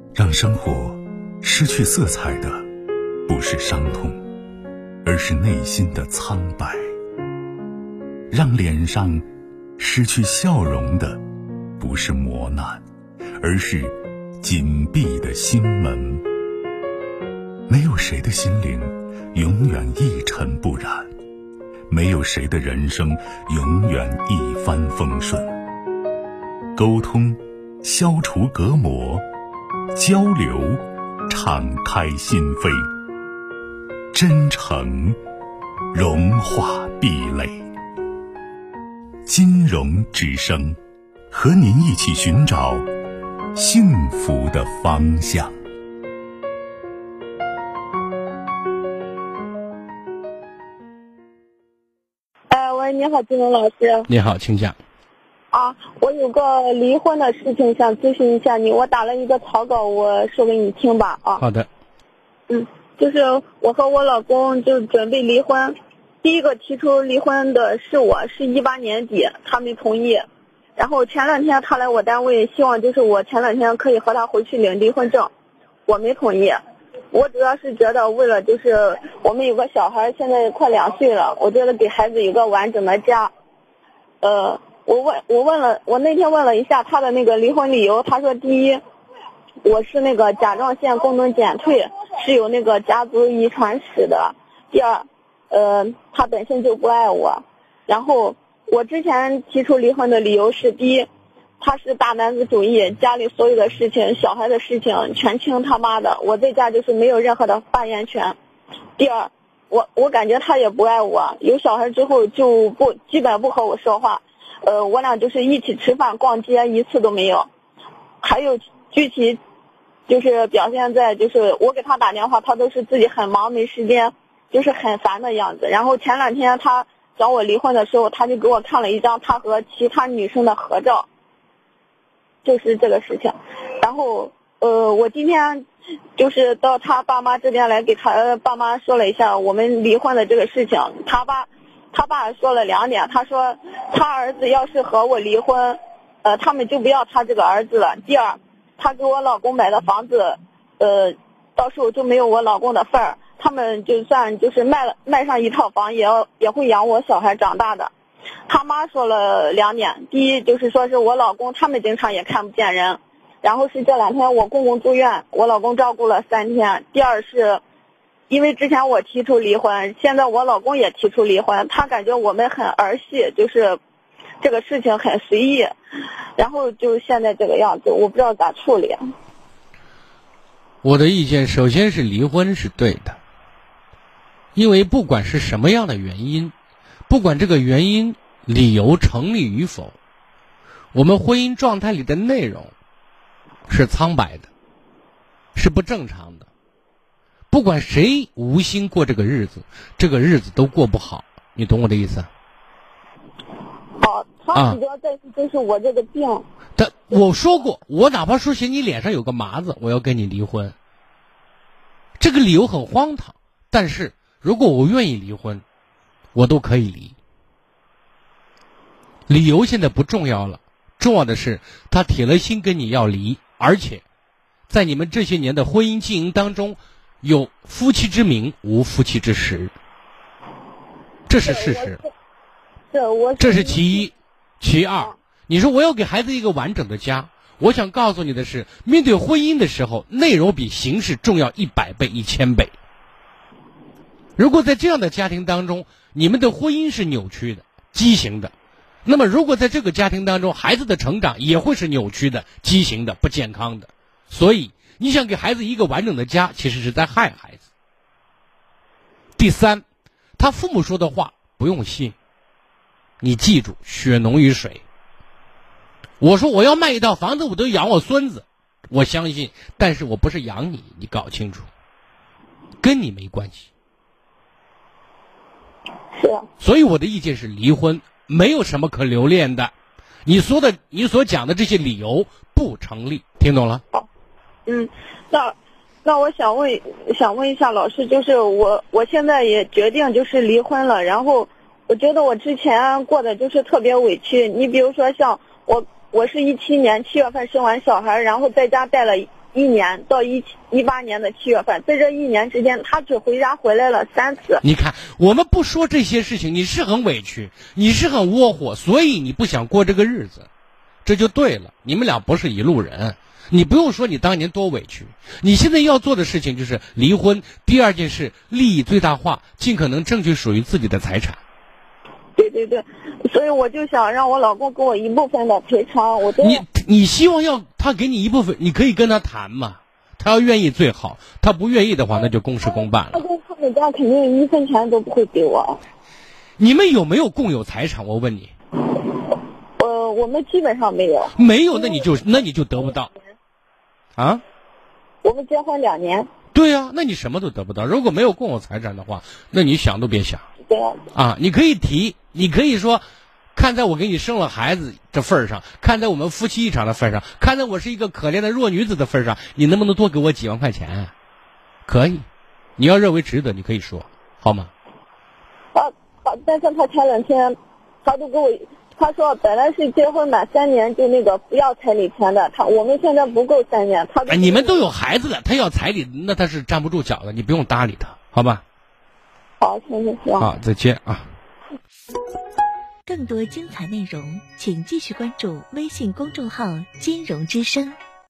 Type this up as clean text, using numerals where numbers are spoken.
让生活失去色彩的不是伤痛，而是内心的苍白。让脸上失去笑容的不是磨难，而是紧闭的心门。没有谁的心灵永远一尘不染，没有谁的人生永远一帆风顺。沟通消除隔膜，交流敞开心扉，真诚融化壁垒。金融之声，和您一起寻找幸福的方向。 喂，你好，金融老师。 你好，请讲。 我有个离婚的事情想咨询一下你，我打了一个草稿，我说给你听吧。 好的。 就是我和我老公就准备离婚，第一个提出离婚的是我，是18年底，他没同意。然后前两天他来我单位，希望就是我前两天可以和他回去领离婚证，我没同意。我主要是觉得为了就是我们有个小孩，现在快2岁了，我觉得给孩子有个完整的家。我那天问了一下他的那个离婚理由，他说第一，我是那个甲状腺功能减退，是有那个家族遗传史的。第二，他本身就不爱我。然后我之前提出离婚的理由是，第一，他是大男子主义，家里所有的事情，小孩的事情全听他妈的，我在家就是没有任何的发言权。第二，我感觉他也不爱我，有小孩之后就基本不和我说话。我俩就是一起吃饭逛街一次都没有。还有具体就是表现在就是我给他打电话，他都是自己很忙没时间，就是很烦的样子。然后前两天他找我离婚的时候，他就给我看了一张他和其他女生的合照，就是这个事情。然后我今天就是到他爸妈这边来给他爸妈说了一下我们离婚的这个事情。他爸说了2点，他说他儿子要是和我离婚，他们就不要他这个儿子了。第二，他给我老公买的房子，到时候就没有我老公的份儿，他们就算就是卖上一套房也会养我小孩长大的。他妈说了2点，第一就是说是我老公他们经常也看不见人，然后是这2天我公公住院，我老公照顾了3天。第二是因为之前我提出离婚，现在我老公也提出离婚，他感觉我们很儿戏，就是这个事情很随意，然后就现在这个样子，我不知道咋处理。 我的意见首先是离婚是对的，因为不管是什么样的原因，不管这个原因理由成立与否，我们婚姻状态里的内容是苍白的，是不正常的。不管谁无心过这个日子，这个日子都过不好，你懂我的意思？ 他主要在于就是我这个病。 我说过，我哪怕说嫌你脸上有个麻子，我要跟你离婚。这个理由很荒唐，但是如果我愿意离婚，我都可以离。理由现在不重要了，重要的是他铁了心跟你要离，而且在你们这些年的婚姻经营当中，有夫妻之名，无夫妻之实，这是事实。这是其一。其二，你说我要给孩子一个完整的家，我想告诉你的是，面对婚姻的时候，内容比形式重要100倍、1000倍。如果在这样的家庭当中，你们的婚姻是扭曲的、畸形的，那么如果在这个家庭当中，孩子的成长也会是扭曲的、畸形的、不健康的。所以你想给孩子一个完整的家，其实是在害孩子。第三，他父母说的话不用信，你记住，血浓于水。我说我要卖一套房子，我都养我孙子，我相信，但是我不是养你，你搞清楚，跟你没关系。 是。 所以我的意见是离婚，没有什么可留恋的。你所讲的这些理由不成立，听懂了？ 那我想问一下老师，就是我现在也决定就是离婚了，然后我觉得我之前过得就是特别委屈。你比如说像我是17年7月份生完小孩，然后在家带了一年到18年的7月份，在这1年之间，他只回家回来了3次。 你看，我们不说这些事情，你是很委屈，你是很窝火，所以你不想过这个日子，这就对了。你们俩不是一路人，你不用说你当年多委屈，你现在要做的事情就是离婚。第二件事，利益最大化，尽可能争取属于自己的财产。 对，所以我就想让我老公给我一部分的赔偿。 你希望要他给你一部分，你可以跟他谈嘛，他要愿意最好，他不愿意的话，那就公事公办了。 他跟他们家肯定1分钱都不会给我。 你们有没有共有财产？我问你。 我们基本上没有。 没有，那你就得不到。啊？ 我们结婚2年。 对啊，那你什么都得不到。如果没有共有财产的话，那你想都别想。 对啊。 啊，你可以提，你可以说，看在我给你生了孩子这份上，看在我们夫妻一场的份上，看在我是一个可怜的弱女子的份上，你能不能多给我几万块钱？可以，你要认为值得，你可以说，好吗？ 但是他前2天，他都给我，他说本来是结婚满3年就不要彩礼钱的，我们现在不够3年， 你们都有孩子了，他要彩礼，那他是站不住脚的，你不用搭理他，好吧？ 好，行。 好，再见啊。 更多精彩内容，请继续关注微信公众号“金融之声”。